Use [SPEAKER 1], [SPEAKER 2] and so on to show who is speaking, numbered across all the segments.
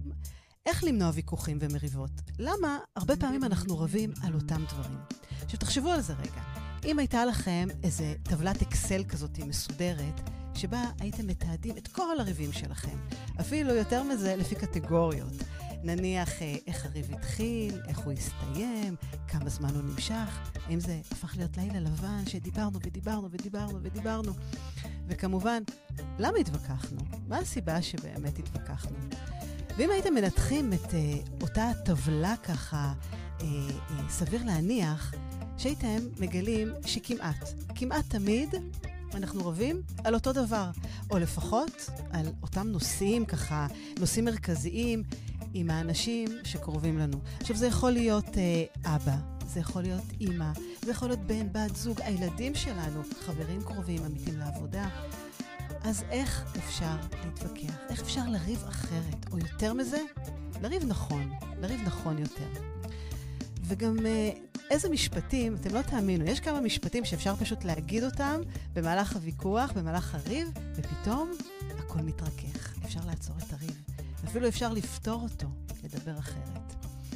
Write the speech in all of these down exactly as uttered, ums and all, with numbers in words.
[SPEAKER 1] איך למנוע ויכוחים ומריבות? למה הרבה פעמים אנחנו רבים על אותם דברים? עכשיו תחשבו על זה רגע. אם הייתה לכם איזה טבלת אקסל כזאת מסודרת, שבה הייתם מתעדים את כל הריבים שלכם, אפילו יותר מזה לפי קטגוריות. נניח איך הריב התחיל, איך הוא הסתיים, כמה זמן הוא נמשך, האם זה הפך להיות לילה לבן שדיברנו ודיברנו ודיברנו ודיברנו. וכמובן, למה התווכחנו? מה הסיבה שבאמת התווכחנו? ואם הייתם מנתחים את uh, אותה טבלה ככה, uh, uh, סביר להניח שהייתם מגלים שכמעט, כמעט תמיד אנחנו רבים על אותו דבר, או לפחות על אותם נושאים ככה, נושאים מרכזיים עם האנשים שקרובים לנו. עכשיו זה יכול להיות uh, אבא, זה יכול להיות אמא, זה יכול להיות בן, בת, זוג, הילדים שלנו, חברים קרובים, עמיתים לעבודה. אז איך אפשר להתווכח? איך אפשר לריב אחרת? או יותר מזה, לריב נכון, לריב נכון יותר. וגם איזה משפטים, אתם לא תאמינו, יש כמה משפטים שאפשר פשוט להגיד אותם במהלך הוויכוח, במהלך הריב, ופתאום הכל מתרכך. אפשר לעצור את הריב. אפילו אפשר לפתור אותו, לדבר אחרת.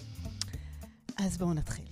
[SPEAKER 1] אז בואו נתחיל.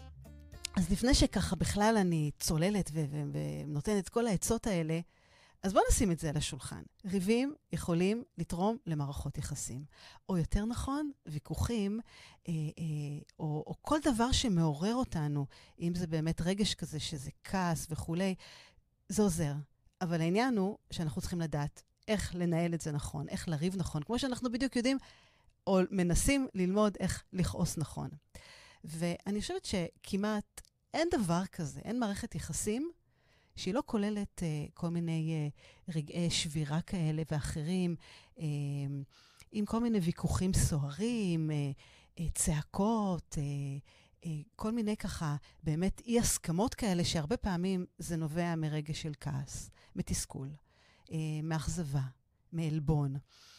[SPEAKER 1] אז לפני שככה בכלל אני צוללת ו- ו- ונותנת את כל העצות האלה, אז בואו נשים את זה על השולחן. ריבים יכולים לתרום למערכות יחסים. או יותר נכון, ויכוחים, אה, אה, או, או כל דבר שמעורר אותנו, אם זה באמת רגש כזה, שזה כעס וכולי, זה עוזר. אבל העניין הוא שאנחנו צריכים לדעת איך לנהל את זה נכון, איך לריב נכון, כמו שאנחנו בדיוק יודעים, או מנסים ללמוד איך לכעוס נכון. ואני חושבת שכמעט אין דבר כזה, אין מערכת יחסים, שהיא לא כוללת uh, כל מיני uh, רגעי שבירה כאלה ואחרים, uh, עם כל מיני ויכוחים סוערים, uh, uh, צעקות, uh, uh, כל מיני ככה, באמת אי הסכמות כאלה, שהרבה פעמים זה נובע מרגע של כעס, מתסכול, uh, מאכזבה, מאלבון.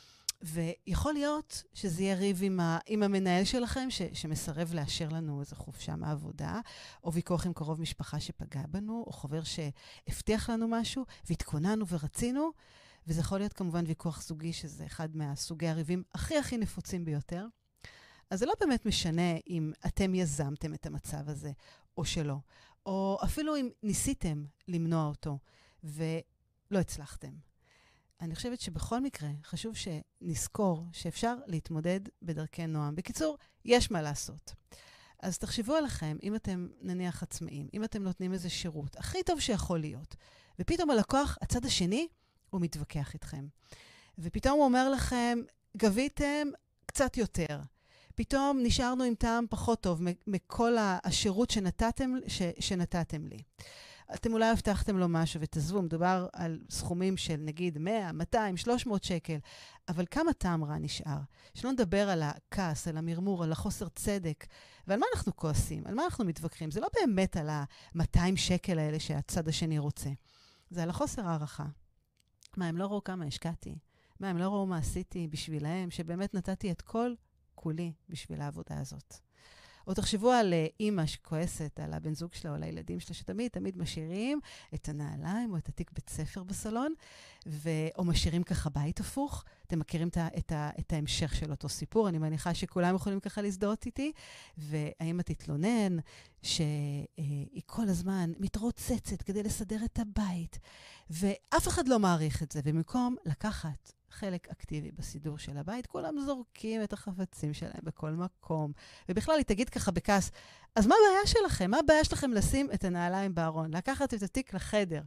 [SPEAKER 1] ויכול להיות שזה יהיה ריב עם, ה, עם המנהל שלכם, ש, שמסרב לאשר לנו איזו חופשה מעבודה, או ויכוח עם קרוב משפחה שפגע בנו, או חבר שהבטיח לנו משהו, והתכוננו ורצינו, וזה יכול להיות כמובן ויכוח זוגי, שזה אחד מהסוגי הריבים הכי הכי נפוצים ביותר. אז זה לא באמת משנה אם אתם יזמתם את המצב הזה, או שלא, או אפילו אם ניסיתם למנוע אותו, ולא הצלחתם. אני חושבת שבכל מקרה חשוב שנזכור שאפשר להתמודד בדרכי נועם. בקיצור, יש מה לעשות. אז תחשבו עליכם, אם אתם נניח עצמאים, אם אתם נותנים איזה שירות, הכי טוב שיכול להיות, ופתאום הלקוח, הצד השני, הוא מתווכח איתכם. ופתאום הוא אומר לכם, גביתם קצת יותר. פתאום נשארנו עם טעם פחות טוב מכל השירות שנתתם, ש, שנתתם לי. אתם אולי הבטחתם לו משהו ותעזבו, מדובר על סכומים של נגיד מאה, מאתיים, שלוש מאות שקל, אבל כמה טעם רע נשאר? שלא נדבר על הכעס, על המרמור, על החוסר צדק, ועל מה אנחנו כועסים, על מה אנחנו מתווכחים. זה לא באמת על ה-מאתיים שקל האלה שהצד השני רוצה. זה על החוסר הערכה. מה, הם לא ראו כמה השקעתי? מה, הם לא ראו מה עשיתי בשבילהם, שבאמת נתתי את כל כולי בשביל העבודה הזאת. או תחשבו על אימא שכועסת על הבן זוג שלה או על הילדים שלה, שתמיד תמיד משאירים את הנעליים או את התיק בית ספר בסלון, ו... או משאירים ככה בית הפוך. אתם מכירים את, ה... את, ה... את ההמשך של אותו סיפור, אני מניחה שכולם יכולים ככה להזדהות איתי, והאמא תתלונן שהיא כל הזמן מתרוצצת כדי לסדר את הבית, ואף אחד לא מעריך את זה, ובמקום לקחת חלק אקטיבי בסידור של הבית, כולם זורקים את החפצים שלהם בכל מקום. ובכלל, היא תגיד ככה בכעס, אז מה הבעיה שלכם? מה הבעיה שלכם לשים את הנעליים בארון? לקחת את התיק לחדר.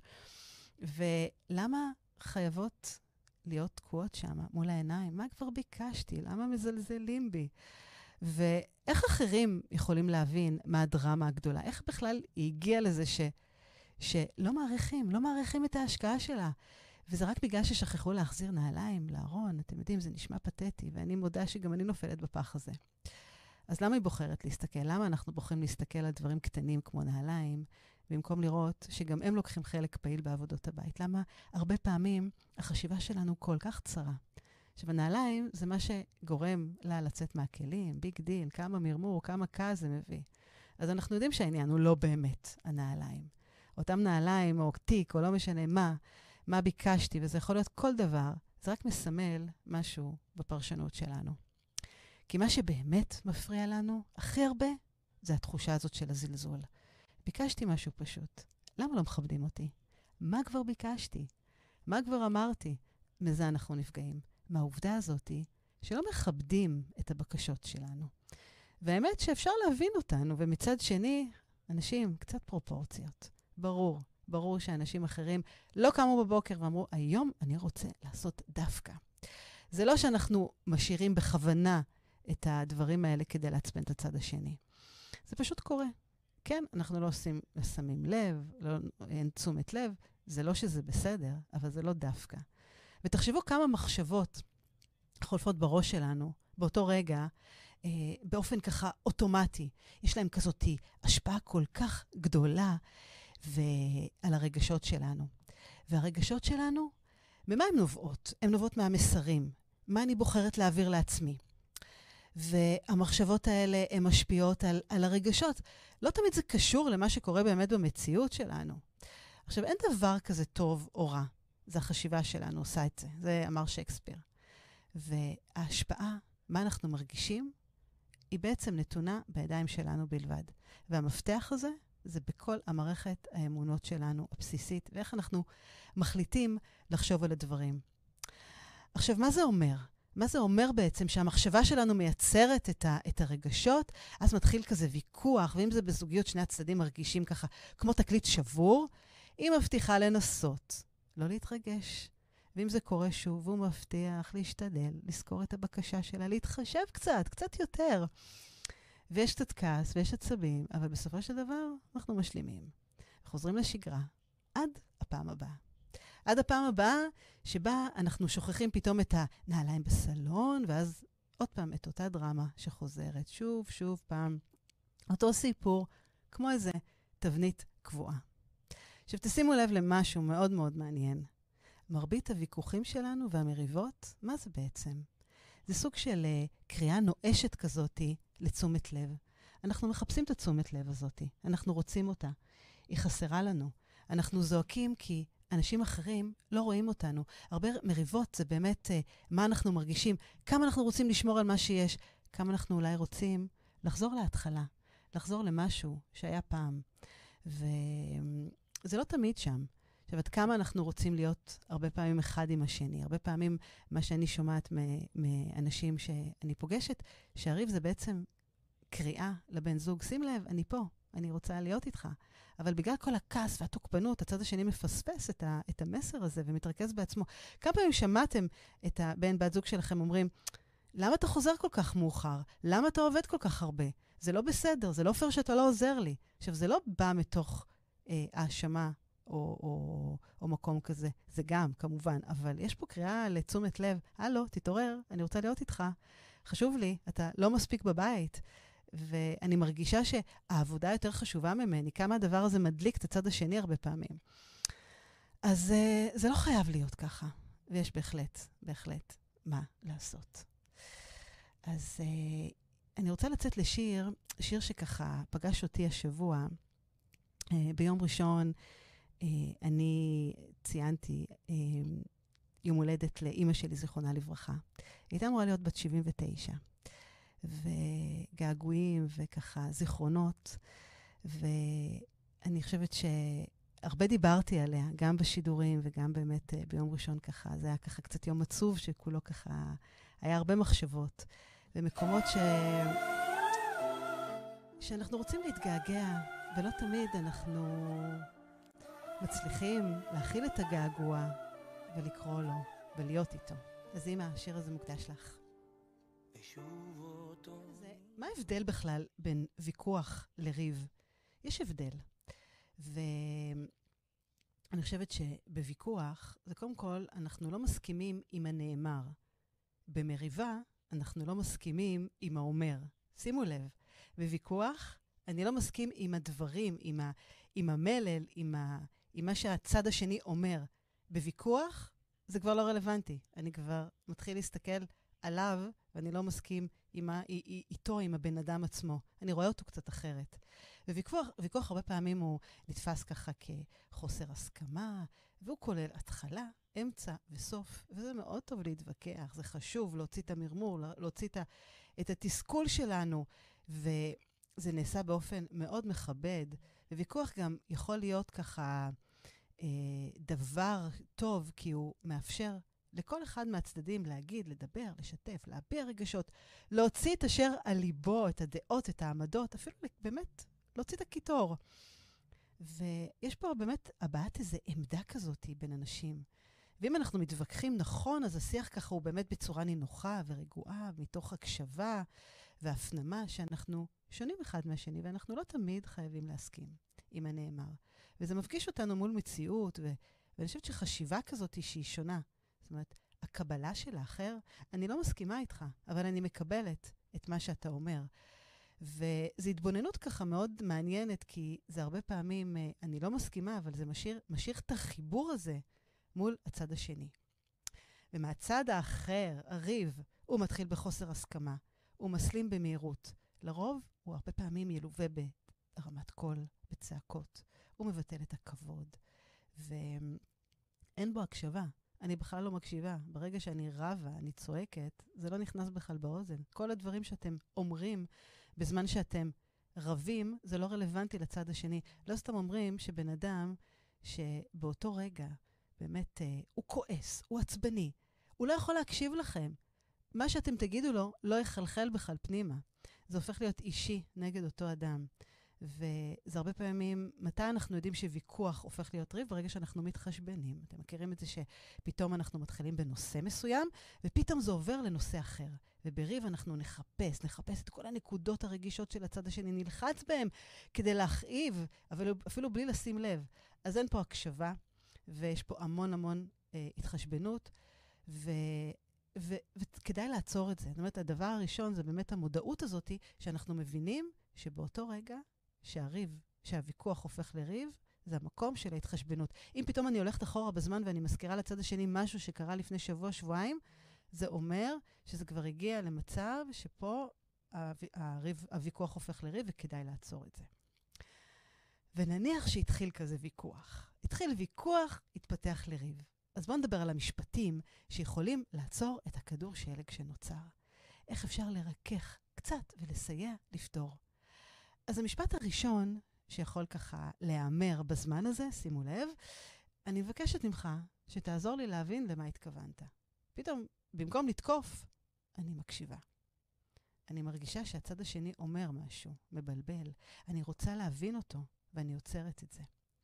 [SPEAKER 1] ולמה חייבות להיות תקועות שם מול העיניים? מה כבר ביקשתי? למה מזלזלים בי? ואיך אחרים יכולים להבין מה הדרמה הגדולה? איך בכלל היא הגיעה לזה ש... שלא מעריכים, לא מעריכים את ההשקעה שלה? וזה רק בגלל ששכחו להחזיר נעליים לארון. אתם יודעים, זה נשמע פתטי, ואני מודה שגם אני נופלת בפח הזה. אז למה היא בוחרת להסתכל? למה אנחנו בוחרים להסתכל על דברים קטנים כמו נעליים, במקום לראות שגם הם לוקחים חלק פעיל בעבודות הבית? למה הרבה פעמים החשיבה שלנו כל כך צרה? עכשיו, הנעליים זה מה שגורם לה לצאת מהכלים, ביג דיל, כמה מרמור, כמה כעס זה מביא. אז אנחנו יודעים שהעניין הוא לא באמת הנעליים. אותם נעליים או תיק או לא משנה מה, מה ביקשתי, וזה יכול להיות כל דבר, זה רק מסמל משהו בפרשנות שלנו. כי מה שבאמת מפריע לנו הכי הרבה, זה התחושה הזאת של הזלזול. ביקשתי משהו פשוט. למה לא מכבדים אותי? מה כבר ביקשתי? מה כבר אמרתי? מזה אנחנו נפגעים. מהעובדה הזאת שלא מכבדים את הבקשות שלנו. והאמת שאפשר להבין אותנו, ומצד שני, אנשים, קצת פרופורציות. ברור, ברור שאנשים אחרים לא קמו בבוקר ואמרו, היום אני רוצה לעשות דווקא. זה לא שאנחנו משאירים בכוונה את הדברים האלה כדי לעצבן את הצד השני. זה פשוט קורה. כן, אנחנו לא עושים, שמים לב, לא, אין תשומת לב, זה לא שזה בסדר, אבל זה לא דווקא. ותחשבו כמה מחשבות חולפות בראש שלנו, באותו רגע, אה, באופן ככה אוטומטי. יש להם כזאת השפעה כל כך גדולה ועל הרגשות שלנו. והרגשות שלנו, ממה הן נובעות? הן נובעות מהמסרים. מה אני בוחרת להעביר לעצמי? והמחשבות האלה הן משפיעות על, על הרגשות. לא תמיד זה קשור למה שקורה באמת במציאות שלנו. עכשיו, אין דבר כזה טוב או רע. זה החשיבה שלנו עושה את זה. זה אמר שייקספיר. וההשפעה, מה אנחנו מרגישים, היא בעצם נתונה בידיים שלנו בלבד. והמפתח הזה, זה בכל המערכת האמונות שלנו הבסיסית, ואיך אנחנו מחליטים לחשוב על הדברים. עכשיו, מה זה אומר? מה זה אומר בעצם שהמחשבה שלנו מייצרת את, ה, את הרגשות, אז מתחיל כזה ויכוח, ואם זה בזוגיות שני הצדדים מרגישים ככה, כמו תקליט שבור, היא מבטיחה לנסות, לא להתרגש. ואם זה קורה שוב, הוא מבטיח להשתדל, לזכור את הבקשה שלה, להתחשב קצת, קצת יותר. ויש קצת כעס ויש עצבים, אבל בסופו של דבר אנחנו משלימים. חוזרים לשגרה עד הפעם הבאה. עד הפעם הבאה שבה אנחנו שוכחים פתאום את הנעליים בסלון, ואז עוד פעם את אותה דרמה שחוזרת. שוב, שוב פעם. אותו סיפור, כמו איזה תבנית קבועה. עכשיו תשימו לב למשהו מאוד מאוד מעניין. מרבית הוויכוחים שלנו והמריבות, מה זה בעצם? זה סוג של uh, קריאה נואשת כזאת לתשומת לב. אנחנו מחפשים את התשומת לב הזאת. אנחנו רוצים אותה. היא חסרה לנו. אנחנו זועקים כי אנשים אחרים לא רואים אותנו. הרבה מריבות זה באמת uh, מה אנחנו מרגישים, כמה אנחנו רוצים לשמור על מה שיש, כמה אנחנו אולי רוצים לחזור להתחלה, לחזור למשהו שהיה פעם. וזה לא תמיד שם. עכשיו, עד כמה אנחנו רוצים להיות הרבה פעמים אחד עם השני. הרבה פעמים מה שאני שומעת מאנשים שאני פוגשת, שהריב זה בעצם קריאה לבן זוג. שים לב, אני פה, אני רוצה להיות איתך. אבל בגלל כל הכעס והתוקפנות, הצד השני מפספס את, ה, את המסר הזה ומתרכז בעצמו. כמה פעמים שמעתם את הבן בת זוג שלכם אומרים, למה אתה חוזר כל כך מאוחר? למה אתה עובד כל כך הרבה? זה לא בסדר, זה לא פייר שאתה לא עוזר לי. עכשיו, זה לא בא מתוך אה, האשמה, או, או, או מקום כזה. זה גם, כמובן, אבל יש פה קריאה לתשומת לב. הלו, תתעורר, אני רוצה להיות איתך. חשוב לי, אתה לא מספיק בבית, ואני מרגישה שהעבודה יותר חשובה ממני, כמה הדבר הזה מדליק את הצד השני הרבה פעמים. אז זה לא חייב להיות ככה, ויש בהחלט, בהחלט, מה לעשות. אז אני רוצה לצאת לשיר, שיר שככה פגש אותי השבוע, ביום ראשון, אני ציינתי יום הולדת לאמא שלי, זיכרונה לברכה. היא הייתה אמורה להיות בת שבעים ותשע. וגעגועים וככה זיכרונות. ואני חושבת שהרבה דיברתי עליה, גם בשידורים וגם באמת ביום ראשון ככה. זה היה ככה קצת יום עצוב שכולו ככה, היה הרבה מחשבות. ומקומות ש... שאנחנו רוצים להתגעגע, ולא תמיד אנחנו מצליחים להכיל את הגעגוע ולקרוא לו ולהיות איתו. אז אמא, השיר הזה מוקדש לך. זה, מה ההבדל בכלל בין ויכוח לריב? יש הבדל. ואני חושבת שבוויכוח, זה קודם כל, אנחנו לא מסכימים עם הנאמר. במריבה, אנחנו לא מסכימים עם האומר. שימו לב, בוויכוח, אני לא מסכים עם הדברים, עם, ה, עם המלל, עם, ה, עם מה שהצד השני אומר. בוויכוח, זה כבר לא רלוונטי. אני כבר מתחיל להסתכל עליו, ואני לא מסכים עם ה, איתו, עם הבן אדם עצמו. אני רואה אותו קצת אחרת. וויכוח, ויכוח הרבה פעמים הוא נתפס ככה כחוסר הסכמה, והוא כולל התחלה אמצע וסוף, וזה מאוד טוב להתווכח, זה חשוב להוציא את המרמור, להוציא את, ה, את התסכול שלנו, וזה נעשה באופן מאוד מכבד, וויכוח גם יכול להיות ככה אה, דבר טוב, כי הוא מאפשר לכל אחד מהצדדים להגיד, לדבר, לשתף, להביע רגשות, להוציא את אשר על ליבו, את הדעות, את העמדות, אפילו באמת להוציא את הקיטור. ויש פה באמת הבעת איזו עמדה כזאת בין אנשים. ואם אנחנו מתווכחים נכון, אז השיח ככה הוא באמת בצורה נינוחה ורגועה, מתוך הקשבה והפנמה שאנחנו שונים אחד מהשני, ואנחנו לא תמיד חייבים להסכים עם הנאמר. וזה מפגיש אותנו מול מציאות, ו... ואני חושבת שחשיבה כזאת היא שהיא שונה. זאת אומרת, הקבלה של האחר, אני לא מסכימה איתך, אבל אני מקבלת את מה שאתה אומר. וזו התבוננות ככה מאוד מעניינת, כי זה הרבה פעמים, אני לא מסכימה, אבל זה משאיר, משאיר את החיבור הזה מול הצד השני. ומהצד האחר, הריב, הוא מתחיל בחוסר הסכמה, הוא מסלים במהירות. לרוב, הוא הרבה פעמים ילווה ברמת קול, בצעקות. הוא מבטל את הכבוד, ואין בו הקשבה. אני בכלל לא מקשיבה. ברגע שאני רבה, אני צועקת, זה לא נכנס בכלל באוזן. כל הדברים שאתם אומרים בזמן שאתם רבים, זה לא רלוונטי לצד השני. לא סתם אומרים שבן אדם שבאותו רגע באמת אה, הוא כועס, הוא עצבני, הוא לא יכול להקשיב לכם. מה שאתם תגידו לו לא יחלחל בכלל פנימה. זה הופך להיות אישי נגד אותו אדם. וזה הרבה פעמים, מתי אנחנו יודעים שוויכוח הופך להיות ריב? ברגע שאנחנו מתחשבנים. אתם מכירים את זה שפתאום אנחנו מתחילים בנושא מסוים, ופתאום זה עובר לנושא אחר. ובריב אנחנו נחפש, נחפש את כל הנקודות הרגישות של הצד השני, נלחץ בהם כדי להכאיב, אבל אפילו בלי לשים לב. אז אין פה הקשבה, ויש פה המון המון אה, התחשבנות, ו... ו- וכדאי לעצור את זה. זאת אומרת, הדבר הראשון זה באמת המודעות הזאת, שאנחנו מבינים שבאותו רגע שהריב, שהוויכוח הופך לריב, זה המקום של ההתחשבנות. אם פתאום אני הולכת אחורה בזמן ואני מזכירה לצד השני משהו שקרה לפני שבוע, שבועיים, זה אומר שזה כבר הגיע למצב שפה הריב, הוויכוח הופך לריב, וכדאי לעצור את זה. ונניח שהתחיל כזה ויכוח. התחיל ויכוח, התפתח לריב. אז בואו נדבר על המשפטים שיכולים לעצור את הכדור שלג שנוצר. איך אפשר לרכך קצת ולסייע לפתור. אז המשפט הראשון שיכול ככה להיאמר בזמן הזה, שימו לב, אני מבקשת ממך שתעזור לי להבין למה התכוונת. פתאום, במקום לתקוף, אני מקשיבה. אני מרגישה שהצד השני אומר משהו, מבלבל. אני רוצה להבין אותו, ואני עוצרת את זה.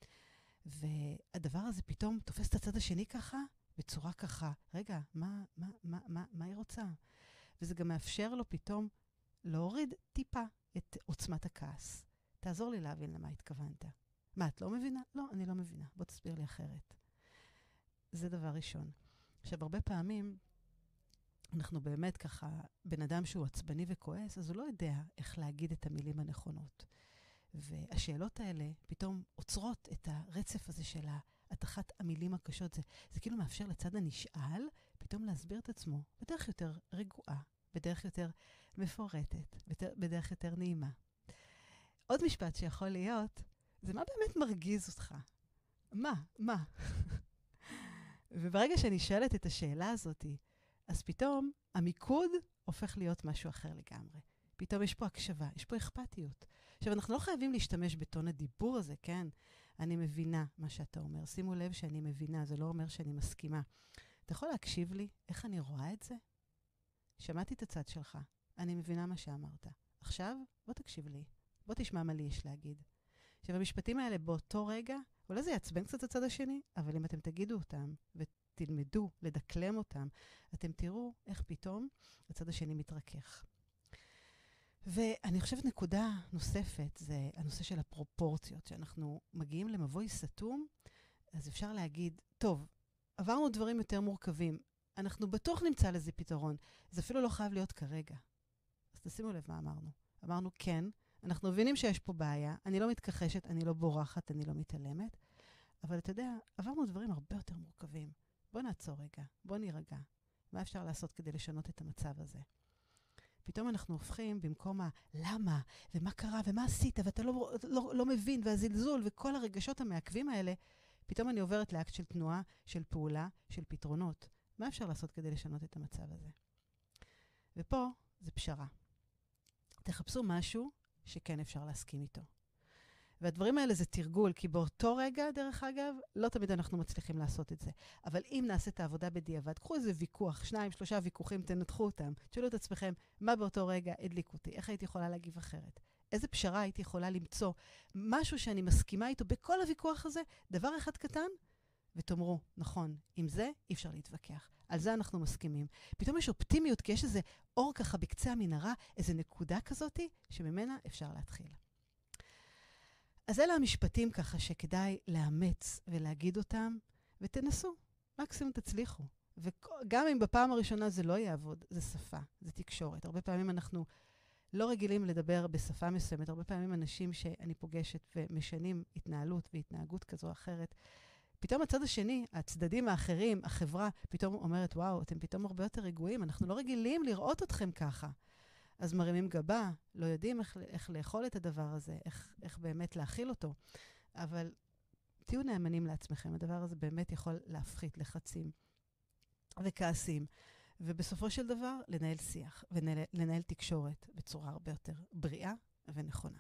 [SPEAKER 1] והדבר הזה פתאום תופס את הצד השני ככה, בצורה ככה, רגע, מה, מה, מה, מה, מה היא רוצה? וזה גם מאפשר לו פתאום להוריד טיפה את עוצמת הכעס. תעזור לי להבין למה התכוונת. מה, את לא מבינה? לא, אני לא מבינה. בוא תסביר לי אחרת. זה דבר ראשון. עכשיו, הרבה פעמים אנחנו באמת ככה, בן אדם שהוא עצבני וכועס, אז הוא לא יודע איך להגיד את המילים הנכונות. והשאלות האלה פתאום עוצרות את הרצף הזה של התחת המילים הקשות. זה, זה כאילו מאפשר לצד הנשאל פתאום להסביר את עצמו בדרך יותר רגועה, בדרך יותר מפורטת, בדרך יותר נעימה. עוד משפט שיכול להיות, זה מה באמת מרגיז אותך? מה? מה? וברגע שאני שואלת את השאלה הזאת, אז פתאום המיקוד הופך להיות משהו אחר לגמרי. פתאום יש פה הקשבה, יש פה אכפתיות. עכשיו, אנחנו לא חייבים להשתמש בטון הדיבור הזה, כן? אני מבינה מה שאתה אומר. שימו לב שאני מבינה, זה לא אומר שאני מסכימה. אתה יכול להקשיב לי איך אני רואה את זה? שמעתי את הצד שלך, אני מבינה מה שאמרת. עכשיו, בוא תקשיב לי. בוא תשמע מה לי יש להגיד. עכשיו, המשפטים האלה באותו רגע, אולי זה יעצבן קצת הצד השני, אבל אם אתם תגידו אותם ותלמדו לדקלם אותם, אתם תראו איך פתאום הצד השני מתרכך. ואני חושבת נקודה נוספת, זה הנושא של הפרופורציות, שאנחנו מגיעים למבוי סתום, אז אפשר להגיד, טוב, עברנו דברים יותר מורכבים, אנחנו בטוח נמצא לזה פתרון, זה אפילו לא חייב להיות כרגע. אז תשימו לב מה אמרנו. אמרנו, כן, אנחנו מבינים שיש פה בעיה, אני לא מתכחשת, אני לא בורחת, אני לא מתעלמת, אבל אתה יודע, עברנו דברים הרבה יותר מורכבים. בוא נעצור רגע, בוא נירגע. מה אפשר לעשות כדי לשנות את המצב הזה? פתאום אנחנו הופכים במקום הלמה, ומה קרה, ומה עשית, ואתה לא, לא, לא מבין, והזלזול, וכל הרגשות המעכבים האלה, פתאום אני עוברת לאקט של תנועה, של פעולה, של פתרונות. מה אפשר לעשות כדי לשנות את המצב הזה? ופה זה פשרה. תחפשו משהו שכן אפשר להסכים איתו. והדברים האלה זה תרגול, כי באותו רגע, דרך אגב, לא תמיד אנחנו מצליחים לעשות את זה. אבל אם נעשה את העבודה בדיעבד, קחו איזה ויכוח, שניים, שלושה ויכוחים, תנתחו אותם. תשאלו את עצמכם, מה באותו רגע הדליק אותי? איך הייתי יכולה להגיב אחרת? איזה פשרה הייתי יכולה למצוא? משהו שאני מסכימה איתו בכל הוויכוח הזה, דבר אחד קטן, ותאמרו, נכון, עם זה אי אפשר להתווכח. על זה אנחנו מסכימים. פתאום יש אופטימיות, כי יש איזה אור ככה בקצה המנהרה, איזה נקודה כזאת, שממנה אפשר להתחיל. אז אלה המשפטים ככה שכדאי לאמץ ולהגיד אותם, ותנסו, מקסימום תצליחו. וגם אם בפעם הראשונה זה לא יעבוד, זה שפה, זה תקשורת. הרבה פעמים אנחנו לא רגילים לדבר בשפה מסוימת, הרבה פעמים אנשים שאני פוגשת ומשנים התנהלות והתנהגות כזו או אחרת, פתאום הצד השני, הצדדים האחרים, החברה, פתאום אומרת, וואו, אתם פתאום הרבה יותר רגועים, אנחנו לא רגילים לראות אתכם ככה. אז מרימים גבה, לא יודעים איך, איך לאכול את הדבר הזה, איך, איך באמת להכיל אותו. אבל תהיו נאמנים לעצמכם, הדבר הזה באמת יכול להפחית לחצים וכעסים. ובסופו של דבר, לנהל שיח ולנהל תקשורת בצורה הרבה יותר בריאה ונכונה.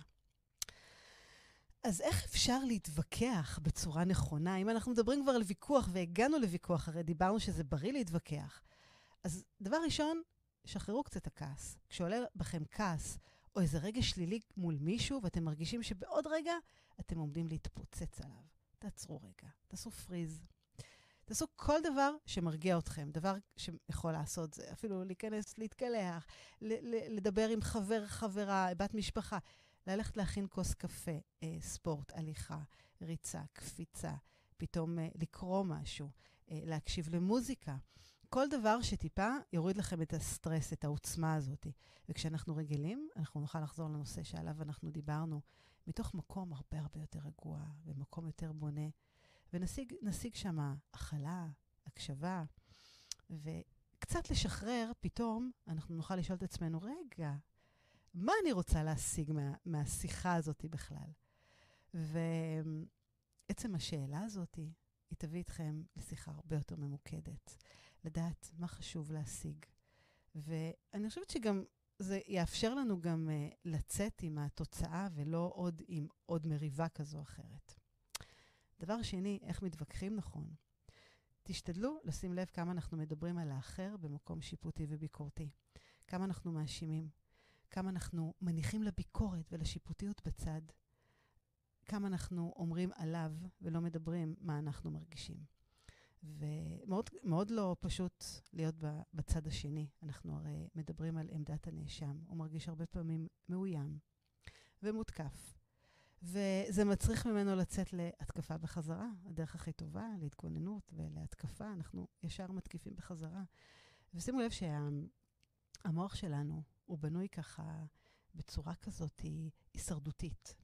[SPEAKER 1] אז איך אפשר להתווכח בצורה נכונה? אם אנחנו מדברים כבר על ויכוח והגענו לוויכוח, הרי דיברנו שזה בריא להתווכח. אז דבר ראשון, שחררו קצת הכעס. כשעולה בכם כעס או איזה רגע שלילי מול מישהו, ואתם מרגישים שבעוד רגע אתם עומדים להתפוצץ עליו. תעצרו רגע, תעשו פריז. תעשו כל דבר שמרגיע אתכם. דבר שיכול לעשות זה אפילו להיכנס, להתקלח, לדבר עם חבר, חברה, בת משפחה. ללכת להכין כוס קפה, אה, ספורט, הליכה, ריצה, קפיצה, פתאום אה, לקרוא משהו, אה, להקשיב למוזיקה. כל דבר שטיפה יוריד לכם את הסטרס, את העוצמה הזאת. וכשאנחנו רגילים, אנחנו נוכל לחזור לנושא שעליו אנחנו דיברנו, מתוך מקום הרבה הרבה יותר רגוע, ומקום יותר בונה, ונשיג נשיג שמה הכלה, הקשבה, וקצת לשחרר, פתאום אנחנו נוכל לשאול את עצמנו, רגע, מה אני רוצה להשיג מה, מהשיחה הזאת בכלל? ועצם השאלה הזאת, היא תביא אתכם לשיחה הרבה יותר ממוקדת. לדעת מה חשוב להשיג. ואני חושבת שגם זה יאפשר לנו גם uh, לצאת עם התוצאה ולא עוד עם עוד מריבה כזו או אחרת. דבר שני, איך מתווכחים נכון? תשתדלו לשים לב כמה אנחנו מדברים על האחר במקום שיפוטי וביקורתי. כמה אנחנו מאשימים. כמה אנחנו מניחים לביקורת ולשיפוטיות בצד. כמה אנחנו אומרים עליו ולא מדברים מה אנחנו מרגישים. ומאוד מאוד לא פשוט להיות בצד השני. אנחנו הרי מדברים על עמדת הנאשם. הוא מרגיש הרבה פעמים מאוים ומותקף. וזה מצריך ממנו לצאת להתקפה בחזרה. הדרך הכי טובה, להתכוננות ולהתקפה. אנחנו ישר מתקיפים בחזרה. ושימו לב שהמוח שלנו הוא בנוי ככה בצורה כזאת הישרדותית.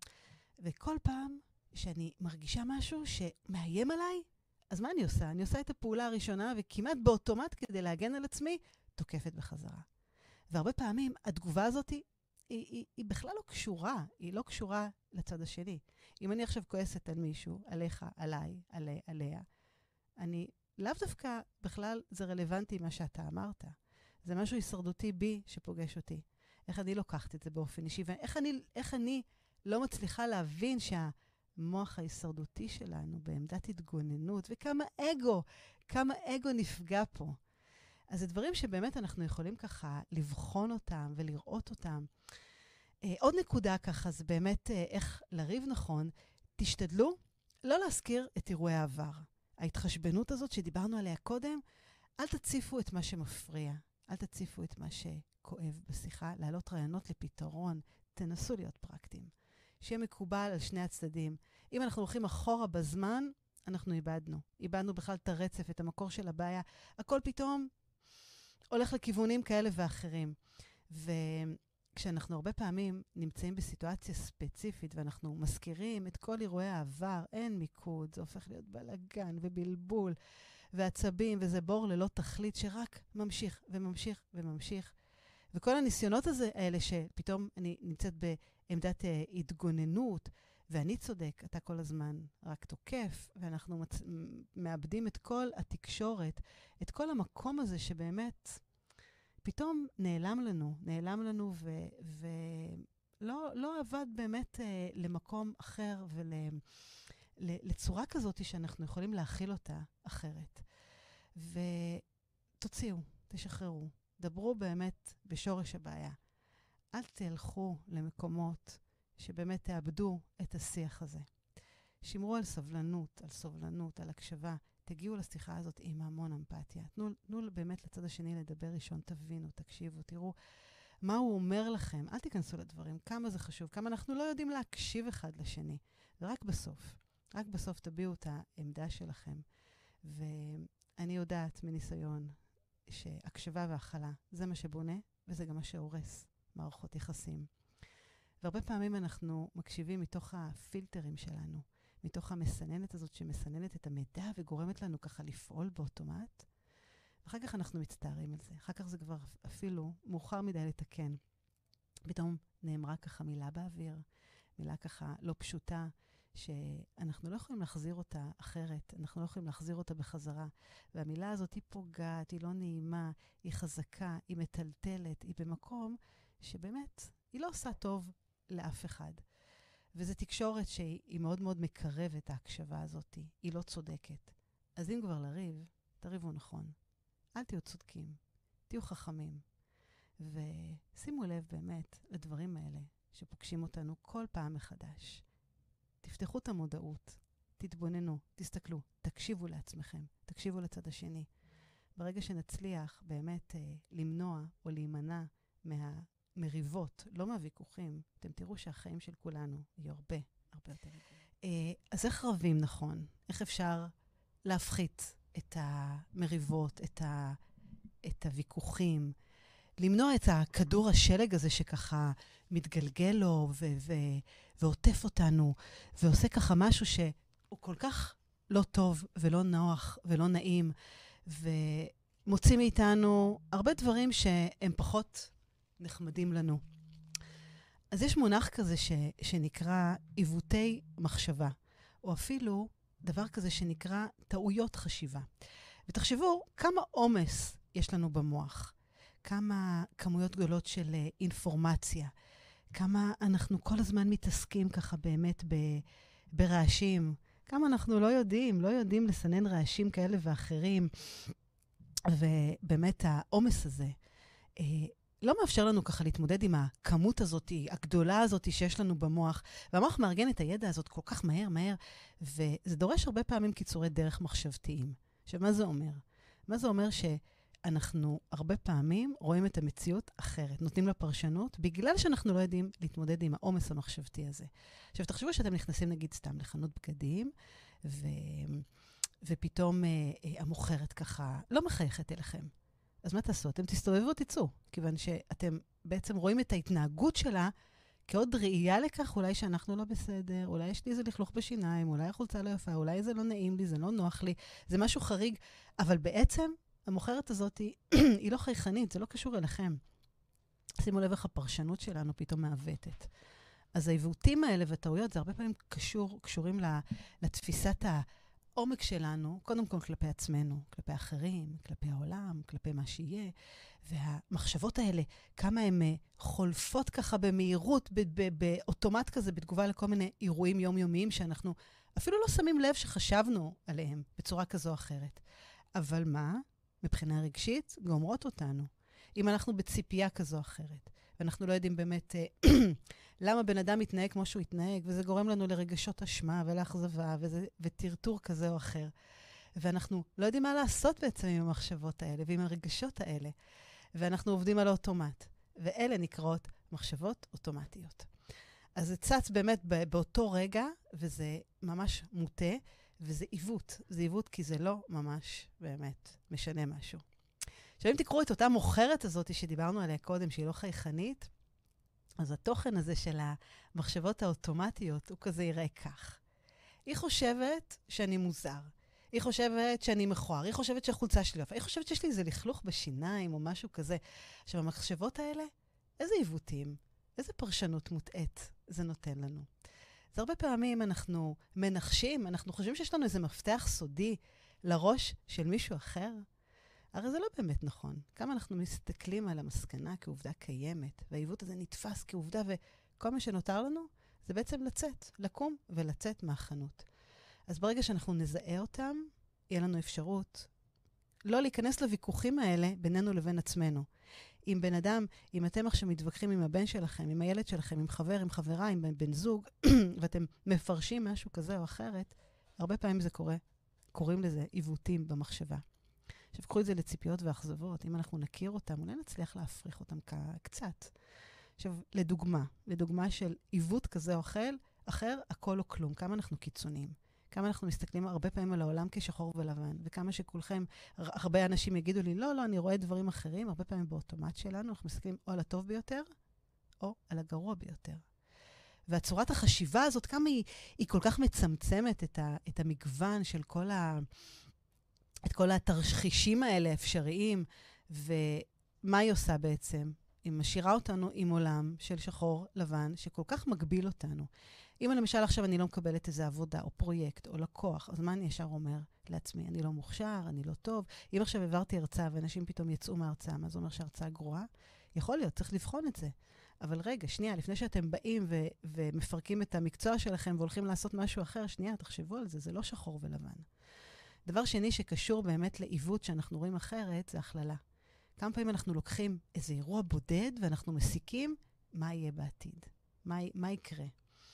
[SPEAKER 1] וכל פעם שאני מרגישה משהו שמאיים עליי, אז מה אני עושה? אני עושה את הפעולה הראשונה, וכמעט באוטומט כדי להגן על עצמי, תוקפת בחזרה. והרבה פעמים התגובה הזאת היא, היא, היא, היא בכלל לא קשורה, היא לא קשורה לצד השני. אם אני עכשיו כועסת על מישהו, עליך, עליי, עלי, עליה, אני לאו דווקא בכלל זה רלוונטי מה שאתה אמרת. זה משהו הישרדותי בי שפוגש אותי. איך אני לוקחת את זה באופן אישי, ואיך אני, איך אני לא מצליחה להבין שהמוח ההישרדותי שלנו בעמדת התגוננות, וכמה אגו, כמה אגו נפגע פה. אז זה דברים שבאמת אנחנו יכולים ככה לבחון אותם ולראות אותם. אה, עוד נקודה ככה, זה באמת אה, איך לריב נכון. תשתדלו לא להזכיר את אירועי העבר. ההתחשבנות הזאת שדיברנו עליה קודם, אל תציפו את מה שמפריע. אל תציפו את מה שכואב בשיחה, להעלות רעיונות לפתרון, תנסו להיות פרקטיים. שיהיה מקובל על שני הצדדים. אם אנחנו הולכים אחורה בזמן, אנחנו איבדנו. איבדנו בכלל את הרצף, את המקור של הבעיה. הכל פתאום הולך לכיוונים כאלה ואחרים. וכשאנחנו הרבה פעמים נמצאים בסיטואציה ספציפית, ואנחנו מזכירים את כל אירועי העבר, אין מיקוד, זה הופך להיות בלגן ובלבול, ועצבים, וזה בור ללא תכלית שרק ממשיך וממשיך וממשיך. וכל הניסיונות הזה, האלה שפתאום אני נמצאת בעמדת uh, התגוננות, ואני צודק, אתה כל הזמן רק תוקף, ואנחנו מצ... מאבדים את כל התקשורת, את כל המקום הזה שבאמת פתאום נעלם לנו, נעלם לנו ו... ולא לא עבד באמת אה, למקום אחר ולצורה כזאת שאנחנו יכולים להכיל אותה אחרת. ותוציאו, תשחררו, דברו באמת בשורש הבעיה. אל תלכו למקומות שבאמת תאבדו את השיח הזה. שמרו על סבלנות, על סובלנות, על הקשבה. תגיעו לשיחה הזאת עם המון אמפתיה. תנו, תנו באמת לצד השני לדבר ראשון, תבינו, תקשיבו, תראו מה הוא אומר לכם. אל תיכנסו לדברים, כמה זה חשוב, כמה אנחנו לא יודעים להקשיב אחד לשני. ורק בסוף, רק בסוף תביעו את העמדה שלכם. ואני יודעת מניסיון שהקשבה והכלה זה מה שבונה וזה גם מה שהורס מערכות יחסים. והרבה פעמים אנחנו מקשיבים מתוך הפילטרים שלנו, מתוך המסננת הזאת שמסננת את המידע וגורמת לנו ככה לפעול באוטומט. ואחר כך אנחנו מצטערים על זה. אחר כך זה כבר אפילו מאוחר מדי לתקן. פתאום נאמרה ככה מילה באוויר, מילה ככה לא פשוטה, שאנחנו לא יכולים להחזיר אותה אחרת, אנחנו לא יכולים להחזיר אותה בחזרה. והמילה הזאת היא פוגעת, היא לא נעימה, היא חזקה, היא מטלטלת, היא במקום שבאמת היא לא עושה טוב לאף אחד. וזו תקשורת שהיא מאוד מאוד מקרבת ההקשבה הזאת, היא לא צודקת. אז אם כבר לריב, תריבו נכון. אל תהיו צודקים, תהיו חכמים. ושימו לב באמת לדברים האלה שפוגשים אותנו כל פעם מחדש. תפתחו את המודעות, תתבוננו, תסתכלו, תקשיבו לעצמכם, תקשיבו לצד השני. ברגע שנצליח באמת אה, למנוע או להימנע מהמריבות, לא מהוויכוחים, אתם תראו שהחיים של כולנו יהיו הרבה, הרבה יותר רגועים. אה, אז איך רבים נכון? איך אפשר להפחית את המריבות, את, ה, את הוויכוחים, למנוע את הכדור השלג הזה שככה מתגלגל לו ו- ו- ועוטף אותנו, ועושה ככה משהו שהוא כל כך לא טוב ולא נוח ולא נעים, ומוציא מאיתנו הרבה דברים שהם פחות נחמדים לנו. אז יש מונח כזה ש- שנקרא עיוותי מחשבה, או אפילו דבר כזה שנקרא טעויות חשיבה. ותחשבו כמה עומס יש לנו במוח. כמה כמויות גדולות של אינפורמציה, כמה אנחנו כל הזמן מתעסקים ככה באמת ב- ברעשים, כמה אנחנו לא יודעים, לא יודעים לסנן רעשים כאלה ואחרים, ובאמת העומס הזה אה, לא מאפשר לנו ככה להתמודד עם הכמות הזאת, הגדולה הזאת שיש לנו במוח, והמוח מארגן את הידע הזאת כל כך מהר, מהר, וזה דורש הרבה פעמים קיצורי דרך מחשבתיים. עכשיו, מה זה אומר? מה זה אומר ש... אנחנו הרבה פעמים רואים את המציאות אחרת, נותנים לה פרשנות, בגלל שאנחנו לא יודעים להתמודד עם העומס המחשבתי הזה. עכשיו, תחשבו שאתם נכנסים, נגיד, סתם לחנות בגדים, ו... ופתאום אה, אה, המוכרת ככה לא מחייכת אליכם. אז מה תעשו? אתם תסתובבו, תצאו, כיוון שאתם בעצם רואים את ההתנהגות שלה כעוד ראייה לכך, אולי שאנחנו לא בסדר, אולי יש לי איזה לכלוך בשיניים, אולי החולצה לא יפה, אולי זה לא נעים לי, זה לא נוח לי, זה משהו חריג, אבל בעצם המוכרת הזאת היא, היא לא חייכנית, זה לא קשור אליכם. שימו לב איך הפרשנות שלנו פתאום מעוותת. אז העיוותים האלה וטעויות, זה הרבה פעמים קשור, קשורים לתפיסת העומק שלנו, קודם כל כלפי עצמנו, כלפי אחרים, כלפי העולם, כלפי מה שיהיה. והמחשבות האלה, כמה הן חולפות ככה במהירות, באוטומט כזה, בתגובה לכל מיני אירועים יומיומיים, שאנחנו אפילו לא שמים לב שחשבנו עליהם בצורה כזו או אחרת. אבל מה? מבחינה רגשית, גומרות אותנו. אם אנחנו בציפייה כזו או אחרת, ואנחנו לא יודעים באמת למה בן אדם מתנהג כמו שהוא התנהג, וזה גורם לנו לרגשות אשמה ולאכזבה, וזה, וטרטור כזה או אחר. ואנחנו לא יודעים מה לעשות בעצם עם המחשבות האלה, ועם הרגשות האלה. ואנחנו עובדים על האוטומט. ואלה נקראות מחשבות אוטומטיות. אז זה צץ באמת באותו רגע, וזה ממש מוטה, וזה עיוות. זה עיוות כי זה לא ממש באמת משנה משהו. עכשיו, אם תקראו את אותה מוכרת הזאת שדיברנו עליה קודם, שהיא לא חייכנית, אז התוכן הזה של המחשבות האוטומטיות הוא כזה יראה כך. היא חושבת שאני מוזר. היא חושבת שאני מכוער. היא חושבת שהחולצה שלי יפה. היא חושבת שיש לי איזה לכלוך בשיניים או משהו כזה. עכשיו, המחשבות האלה, איזה עיוותים, איזה פרשנות מוטעת זה נותן לנו. אז הרבה פעמים אנחנו מנחשים, אנחנו חושבים שיש לנו איזה מפתח סודי לראש של מישהו אחר. הרי זה לא באמת נכון. כמה אנחנו מסתכלים על המסקנה כעובדה קיימת, והעיוות הזה נתפס כעובדה, וכל מה שנותר לנו זה בעצם לצאת, לקום ולצאת מהחנות. אז ברגע שאנחנו נזהה אותם, יהיה לנו אפשרות לא להיכנס לוויכוחים האלה בינינו לבין עצמנו. אם בן אדם, אם אתם עכשיו מתווכחים עם הבן שלכם, עם הילד שלכם, עם חבר, עם חברה, עם בן זוג, ואתם מפרשים משהו כזה או אחרת, הרבה פעמים זה קורה, קוראים לזה עיוותים במחשבה. עכשיו, קחו את זה לציפיות ואכזבות. אם אנחנו נכיר אותם, אולי נצליח להפריך אותם קצת. עכשיו, לדוגמה, לדוגמה של עיוות כזה או אחר, אחר, הכל או כלום. כמה אנחנו קיצוניים. כמה אנחנו מסתכלים הרבה פעמים על העולם כשחור ולבן, וכמה שכולכם, הרבה אנשים יגידו לי, לא, לא, אני רואה דברים אחרים, הרבה פעמים באוטומט שלנו, אנחנו מסתכלים או על הטוב ביותר, או על הגרוע ביותר. והצורת החשיבה הזאת, כמה היא, היא כל כך מצמצמת את, ה, את המגוון של כל ה... את כל התרחישים האלה אפשריים, ומה היא עושה בעצם? היא משאירה אותנו עם עולם של שחור לבן, שכל כך מגביל אותנו. אם למשל עכשיו אני לא מקבלת איזו עבודה, או פרויקט, או לקוח, אז מה אני ישר אומר לעצמי? אני לא מוכשר, אני לא טוב. אם עכשיו עברתי הרצאה, ואנשים פתאום יצאו מההרצאה, מה זה אומר שההרצאה גרועה? יכול להיות, צריך לבחון את זה. אבל רגע, שנייה, לפני שאתם באים ו- ומפרקים את המקצוע שלכם, והולכים לעשות משהו אחר, שנייה, תחשבו על זה, זה לא שחור ולבן. דבר שני שקשור באמת לעיוות שאנחנו רואים אחרת, זה הכללה. כמה פעמים אנחנו לוקחים איזה אירוע בודד, ואנחנו מסיקים מה יהיה בעתיד, מה, מה יקרה.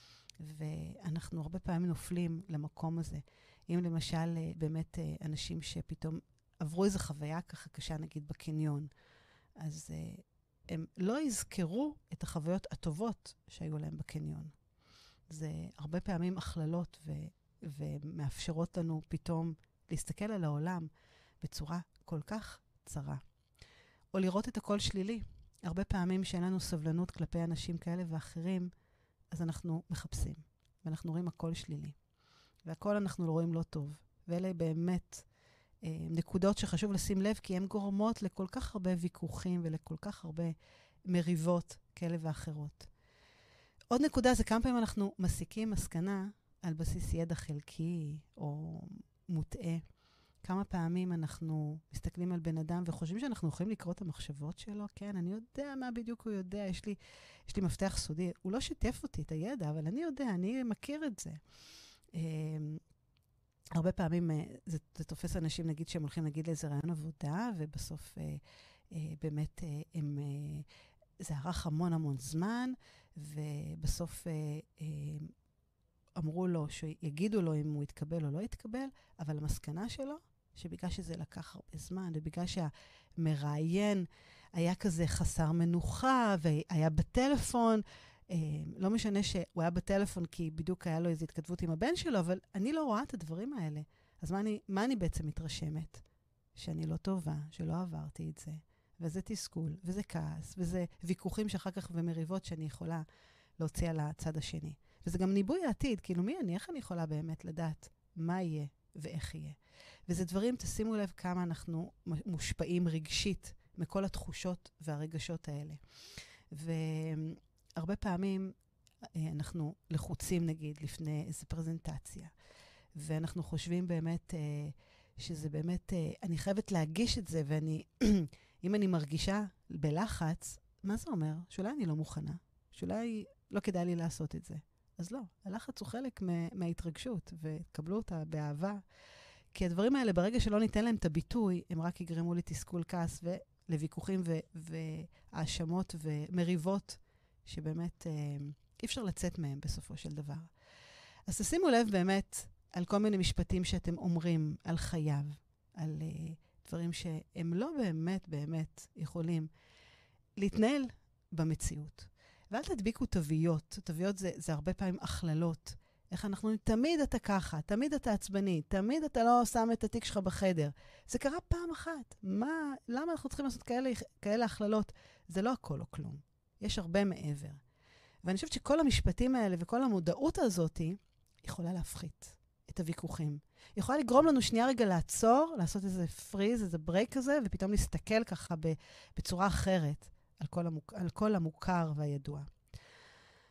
[SPEAKER 1] ואנחנו הרבה פעמים נופלים למקום הזה. אם למשל באמת אנשים שפתאום עברו איזו חוויה ככה קשה, נגיד בקניון, אז הם לא יזכרו את החוויות הטובות שהיו להם בקניון. זה הרבה פעמים הכללות ו- ומאפשרות לנו פתאום להסתכל על העולם בצורה כל כך צרה. או לראות את הכל שלילי. הרבה פעמים שאין לנו סבלנות כלפי אנשים כאלה ואחרים, אז אנחנו מחפשים. ואנחנו רואים הכל שלילי. והכל אנחנו לא רואים לא טוב. ואלה באמת אה, נקודות שחשוב לשים לב, כי הן גורמות לכל כך הרבה ויכוחים ולכל כך הרבה מריבות כאלה ואחרות. עוד נקודה זה כמה פעמים אנחנו מסיקים מסקנה על בסיס ידע חלקי או מוטעה. כמה פעמים אנחנו מסתכלים על בן אדם וחושבים שאנחנו יכולים לקרוא את המחשבות שלו. כן, אני יודע מה בדיוק הוא יודע, יש לי, יש לי מפתח סודי. הוא לא שיתף אותי את הידע, אבל אני יודע, אני מכיר את זה. הרבה פעמים זה, זה תופס אנשים, נגיד, שהם הולכים להגיד לאיזה רעיון עבודה, ובסוף באמת הם, זה ערך המון המון זמן, ובסוף אמרו לו שיגידו לו אם הוא יתקבל או לא יתקבל, אבל המסקנה שלו, שבגלל שזה לקח הרבה זמן, ובגלל שהמראיין היה כזה חסר מנוחה, והיה בטלפון, לא משנה שהוא היה בטלפון כי בדיוק היה לו איזו התכתבות עם הבן שלו, אבל אני לא רואה את הדברים האלה. אז מה אני, מה אני בעצם מתרשמת? שאני לא טובה, שלא עברתי את זה. וזה תסכול, וזה כעס, וזה ויכוחים שאחר כך ומריבות שאני יכולה להוציא על הצד השני. וזה גם ניבוי העתיד, כאילו מי אני, איך אני יכולה באמת לדעת מה יהיה ואיך יהיה. וזה דברים, תשימו לב כמה אנחנו מושפעים רגשית מכל התחושות והרגשות האלה. והרבה פעמים אנחנו לחוצים, נגיד, לפני איזו פרזנטציה, ואנחנו חושבים באמת שזה באמת, אני חייבת להגיש את זה, ואני, אם אני מרגישה בלחץ, מה זה אומר? שאולי אני לא מוכנה, שאולי לא כדאי לי לעשות את זה. אז לא, הלחץ הוא חלק מההתרגשות, וקבלו אותה באהבה. כי הדברים האלה, ברגע שלא ניתן להם את הביטוי, הם רק יגרמו לי תסכול כעס ולוויכוחים והאשמות ומריבות, שבאמת אי אפשר לצאת מהם בסופו של דבר. אז תשימו לב באמת על כל מיני משפטים שאתם אומרים על חייו, על דברים שהם לא באמת באמת יכולים להתנהל במציאות. ואל תדביקו תוויות. תוויות זה, זה הרבה פעמים הכללות. איך אנחנו, תמיד אתה ככה, תמיד אתה עצבני, תמיד אתה לא שם את התיק שלך בחדר. זה קרה פעם אחת. מה, למה אנחנו צריכים לעשות כאלה, כאלה הכללות? זה לא הכל או כלום. יש הרבה מעבר. ואני חושבת שכל המשפטים האלה וכל המודעות הזאת יכולה להפחית את הוויכוחים. יכולה לגרום לנו שנייה רגע לעצור, לעשות איזה פריז, איזה ברייק כזה, ופתאום להסתכל ככה בצורה אחרת. על כל, המוק... על כל המוכר והידוע.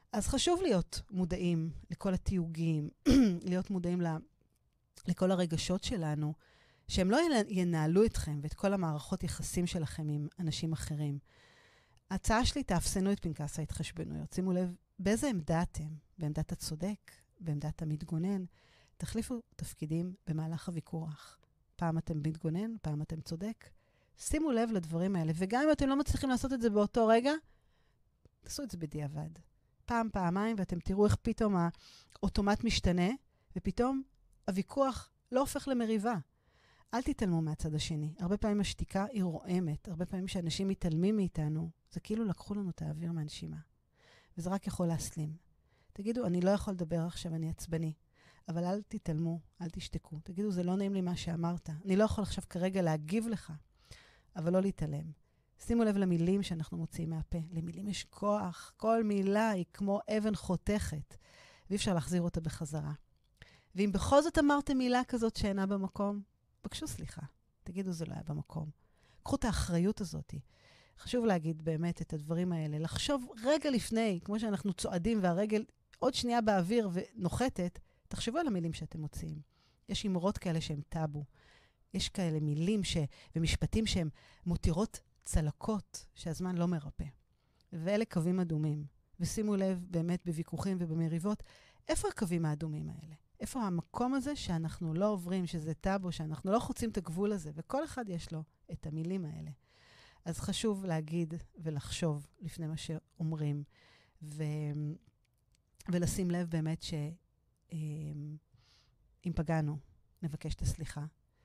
[SPEAKER 1] אז חשוב להיות מודעים לכל התיוגים, להיות מודעים ל... לכל הרגשות שלנו, שהם לא ינהלו אתכם ואת כל המערכות יחסים שלכם עם אנשים אחרים. ההצעה שלי, תאפסנו את פנקס ההתחשבנויות. שימו לב באיזה עמדה אתם, בעמדת הצודק, בעמדת המתגונן. תחליפו תפקידים במהלך הוויכוח. פעם אתם מתגונן, פעם אתם צודק. שימו לב לדברים האלה, וגם אם אתם לא מצליחים לעשות את זה באותו רגע, תעשו את זה בדיעבד. פעם, פעמיים, ואתם תראו איך פתאום האוטומט משתנה, ופתאום הוויכוח לא הופך למריבה. אל תתעלמו מהצד השני. הרבה פעמים השתיקה היא רועמת. הרבה פעמים שאנשים מתעלמים מאיתנו, זה כאילו לקחו לנו את האוויר מהנשימה. וזה רק יכול להסלים. תגידו, אני לא יכול לדבר עכשיו, אני עצבני. אבל אל תתעלמו, אל תשתקו. תגידו, זה לא נעים לי מה שאמרת. אני לא יכול עכשיו כרגע להגיב לך, אבל לא להתעלם. שימו לב למילים שאנחנו מוציאים מהפה. למילים יש כוח. כל מילה היא כמו אבן חותכת, ואי אפשר להחזיר אותה בחזרה. ואם בכל זאת אמרתם מילה כזאת שאינה במקום, בקשו סליחה. תגידו, זה לא היה במקום. קחו את האחריות הזאת. חשוב להגיד באמת את הדברים האלה. לחשוב רגע לפני, כמו שאנחנו צועדים והרגל עוד שנייה באוויר ונוחתת, תחשבו על המילים שאתם מוציאים. יש אמרות כאלה שהן טאבו. יש כאלה מילים ש... ומשפטים שהן מותירות צלקות שהזמן לא מרפא. ואלה קווים אדומים. ושימו לב באמת בוויכוחים ובמריבות, איפה הקווים האדומים האלה? איפה המקום הזה שאנחנו לא עוברים, שזה טאבו, שאנחנו לא חוצים את הגבול הזה, וכל אחד יש לו את המילים האלה. אז חשוב להגיד ולחשוב לפני מה שאומרים, ו... ולשים לב באמת שאם פגענו, נבקש את הסליחה.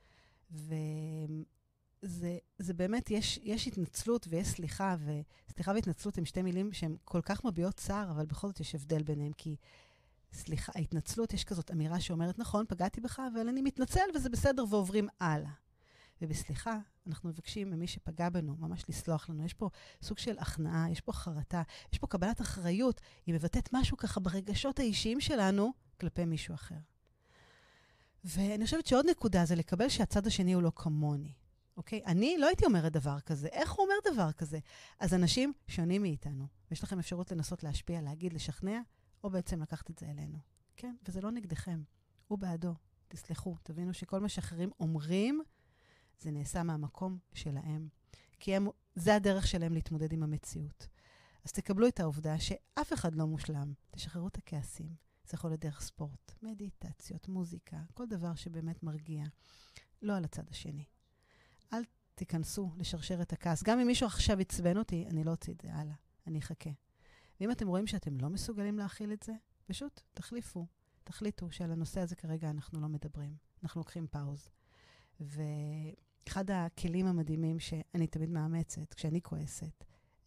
[SPEAKER 1] וזה זה באמת, יש, יש התנצלות ויש סליחה, וסליחה והתנצלות הם שתי מילים שהן כל כך מביעות צער, אבל בכל זאת יש הבדל ביניהם, כי סליחה, ההתנצלות, יש כזאת אמירה שאומרת, נכון, פגעתי בך, אבל אני מתנצל וזה בסדר, ועוברים הלאה. ובסליחה, אנחנו מבקשים ממי שפגע בנו, ממש לסלוח לנו. יש פה סוג של הכנעה, יש פה חרטה, יש פה קבלת אחריות, היא מבטאת משהו ככה ברגשות האישיים שלנו, כלפי מישהו אחר. ואני חושבת שעוד נקודה זה לקבל שהצד השני הוא לא כמוני. אוקיי? אני לא הייתי אומרת דבר כזה. איך הוא אומר דבר כזה? אז אנשים שונים מאיתנו. ויש לכם אפשרות לנסות להשפיע, להגיד, לשכנע, או בעצם לקחת את זה אלינו. כן? וזה לא נגדכם. הוא בעדו. תסלחו. תבינו שכל מה שאחרים אומרים, זה נעשה מהמקום שלהם. כי הם, זה הדרך שלהם להתמודד עם המציאות. אז תקבלו את העובדה שאף אחד לא מושלם. תשחררו את הכעסים. זה יכול להיות דרך ספורט, מדיטציות, מוזיקה, כל דבר שבאמת מרגיע. לא על הצד השני. אל תיכנסו לשרשר את הכעס. גם אם מישהו עכשיו יצבן אותי, אני לא אוציא את זה הלאה. אני אחכה. ואם אתם רואים שאתם לא מסוגלים להכיל את זה, פשוט תחליפו. תחליטו שעל הנושא הזה כרגע אנחנו לא מדברים. אנחנו לוקחים פאוז. ואחד הכלים המדהימים שאני תמיד מאמצת, כשאני כועסת,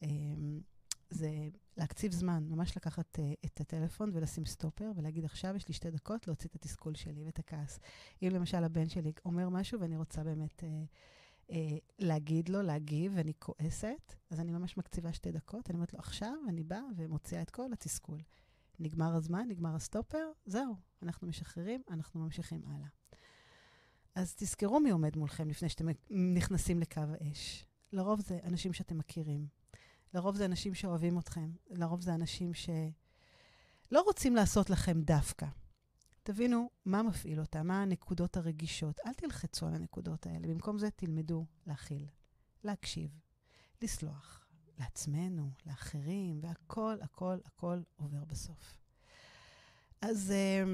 [SPEAKER 1] זה להקציב זמן, ממש לקחת uh, את הטלפון ולשים סטופר, ולהגיד עכשיו יש לי שתי דקות להוציא את התסכול שלי ואת הכעס. אם למשל הבן שלי אומר משהו ואני רוצה באמת uh, uh, להגיד לו, להגיב, ואני כועסת, אז אני ממש מקציבה שתי דקות, אני אומרת לו עכשיו, ואני באה ומוציאה את כל התסכול. נגמר הזמן, נגמר הסטופר, זהו, אנחנו משחררים, אנחנו ממשיכים הלאה. אז תזכרו מי עומד מולכם לפני שאתם נכנסים לקו האש. לרוב זה אנשים שאתם מכירים. לרוב זה אנשים שאוהבים אתכם. לרוב זה אנשים שלא רוצים לעשות לכם דווקא. תבינו מה מפעיל אותם, מה הנקודות הרגישות. אל תלחצו על הנקודות האלה. במקום זה תלמדו להכיל, להקשיב, לסלוח, לעצמנו, לאחרים, והכל, הכל, הכל עובר בסוף. אז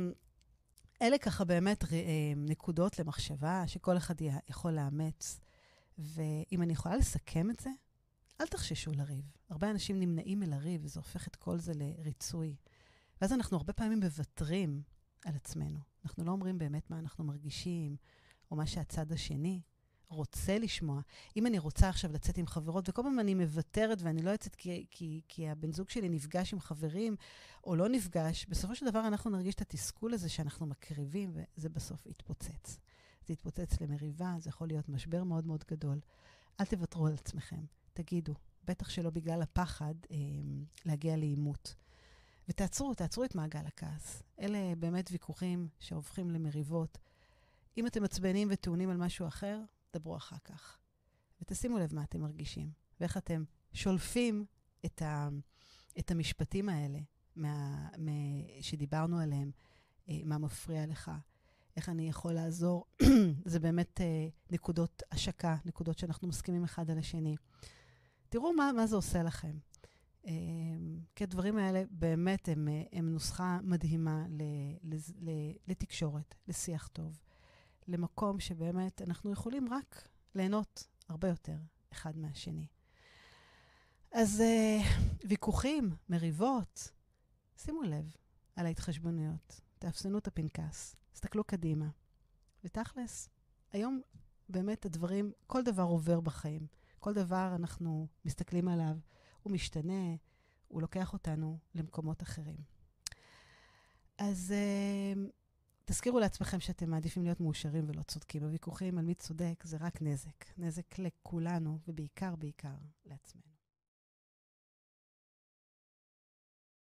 [SPEAKER 1] אלה ככה באמת נקודות למחשבה שכל אחד יכול לאמץ. ואם אני יכולה לסכם את זה, אל תחששו לריב. הרבה אנשים נמנעים מלריב, וזה הופך את כל זה לריצוי. ואז אנחנו הרבה פעמים מבטרים על עצמנו. אנחנו לא אומרים באמת מה אנחנו מרגישים, או מה שהצד השני רוצה לשמוע. אם אני רוצה עכשיו לצאת עם חברות, וכל פעם אני מבטרת ואני לא יוצאת כי, כי, כי הבן זוג שלי נפגש עם חברים, או לא נפגש, בסופו של דבר אנחנו נרגיש את התסכול הזה שאנחנו מקריבים, וזה בסוף יתפוצץ. זה יתפוצץ למריבה, זה יכול להיות משבר מאוד מאוד גדול. אל תוותרו על עצמכם. תגידו, בטח שלא בגלל הפחד אה, להגיע לאימות. ותעצרו, תעצרו את מעגל הכעס. אלה באמת ויכוחים שהופכים למריבות. אם אתם עצבנים וטעונים על משהו אחר, דברו אחר כך. ותשימו לב מה אתם מרגישים, ואיך אתם שולפים את, ה, את המשפטים האלה, מה, מה, שדיברנו עליהם, אה, מה מפריע לך, איך אני יכול לעזור, זה באמת אה, נקודות השקה, נקודות שאנחנו מסכימים אחד על השני. תראו מה, מה זה עושה לכם. אה, כי הדברים האלה באמת הם, הם נוסחה מדהימה ל, ל, ל, לתקשורת, לשיח טוב, למקום שבאמת אנחנו יכולים רק ליהנות הרבה יותר אחד מהשני. אז אה, ויכוחים, מריבות, שימו לב על ההתחשבנויות, תאפסנו את הפנקס, תסתכלו קדימה. ותכלס, היום באמת הדברים, כל דבר עובר בחיים. כל דבר אנחנו מסתכלים עליו, הוא משתנה, הוא לוקח אותנו למקומות אחרים. אז uh, תזכירו לעצמכם שאתם מעדיפים להיות מאושרים ולא צודקים. בוויכוחים על מי צודק זה רק נזק. נזק לכולנו, ובעיקר, בעיקר לעצמנו.